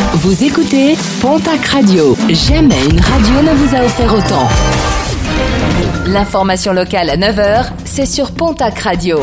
Vous écoutez Pontac Radio. Jamais une radio ne vous a offert autant. L'information locale à 9h, c'est sur Pontac Radio.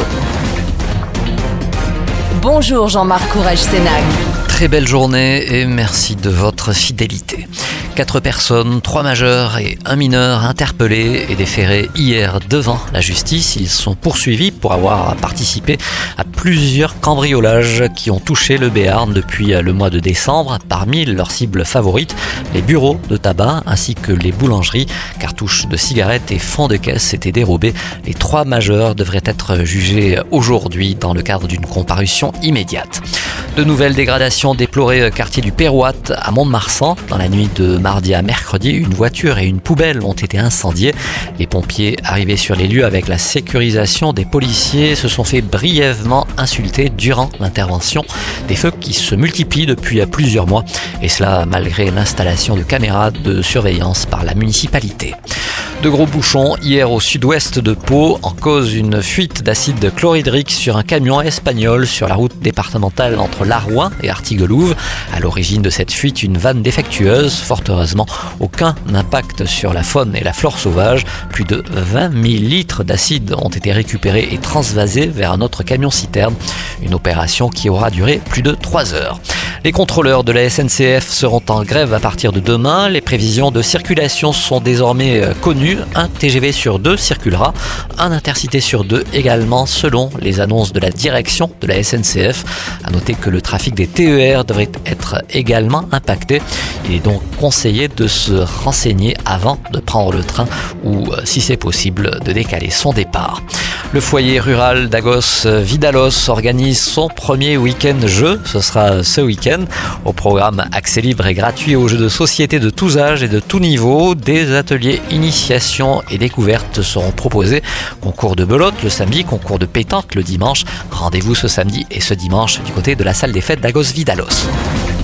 Bonjour Jean-Marc Courage-Sénac. Très belle journée et merci de votre fidélité. 4 personnes, 3 majeurs et 1 mineur interpellés et déférés hier devant la justice. Ils sont poursuivis pour avoir participé à plusieurs cambriolages qui ont touché le Béarn depuis le mois de décembre. Parmi leurs cibles favorites, les bureaux de tabac ainsi que les boulangeries. Cartouches de cigarettes et fonds de caisse étaient dérobés. Les 3 majeurs devraient être jugés aujourd'hui dans le cadre d'une comparution immédiate. De nouvelles dégradations déplorées quartier du Pérouat à Mont-de-Marsan. Dans la nuit de mardi à mercredi, une voiture et une poubelle ont été incendiées. Les pompiers arrivés sur les lieux avec la sécurisation des policiers se sont fait brièvement insulter durant l'intervention. Des feux qui se multiplient depuis plusieurs mois et cela malgré l'installation de caméras de surveillance par la municipalité. De gros bouchons hier au sud-ouest de Pau, en cause une fuite d'acide chlorhydrique sur un camion espagnol sur la route départementale entre Larouin et Artiguelouve. À l'origine de cette fuite, une vanne défectueuse. Fort heureusement, aucun impact sur la faune et la flore sauvage. Plus de 20 000 litres d'acide ont été récupérés et transvasés vers un autre camion-citerne. Une opération qui aura duré plus de 3 heures. Les contrôleurs de la SNCF seront en grève à partir de demain. Les prévisions de circulation sont désormais connues. Un TGV sur 2 circulera, un Intercité sur 2 également, selon les annonces de la direction de la SNCF. À noter que le trafic des TER devrait être également impacté. Il est donc conseillé de se renseigner avant de prendre le train ou, si c'est possible, de décaler son départ. Le foyer rural d'Agos-Vidalos organise son premier week-end jeu. Ce sera ce week-end. Au programme accès libre et gratuit aux jeux de société de tous âges et de tous niveaux. Des ateliers initiation et découverte seront proposés. Concours de belote le samedi, concours de pétanque le dimanche. Rendez-vous ce samedi et ce dimanche du côté de la salle des fêtes d'Agos-Vidalos.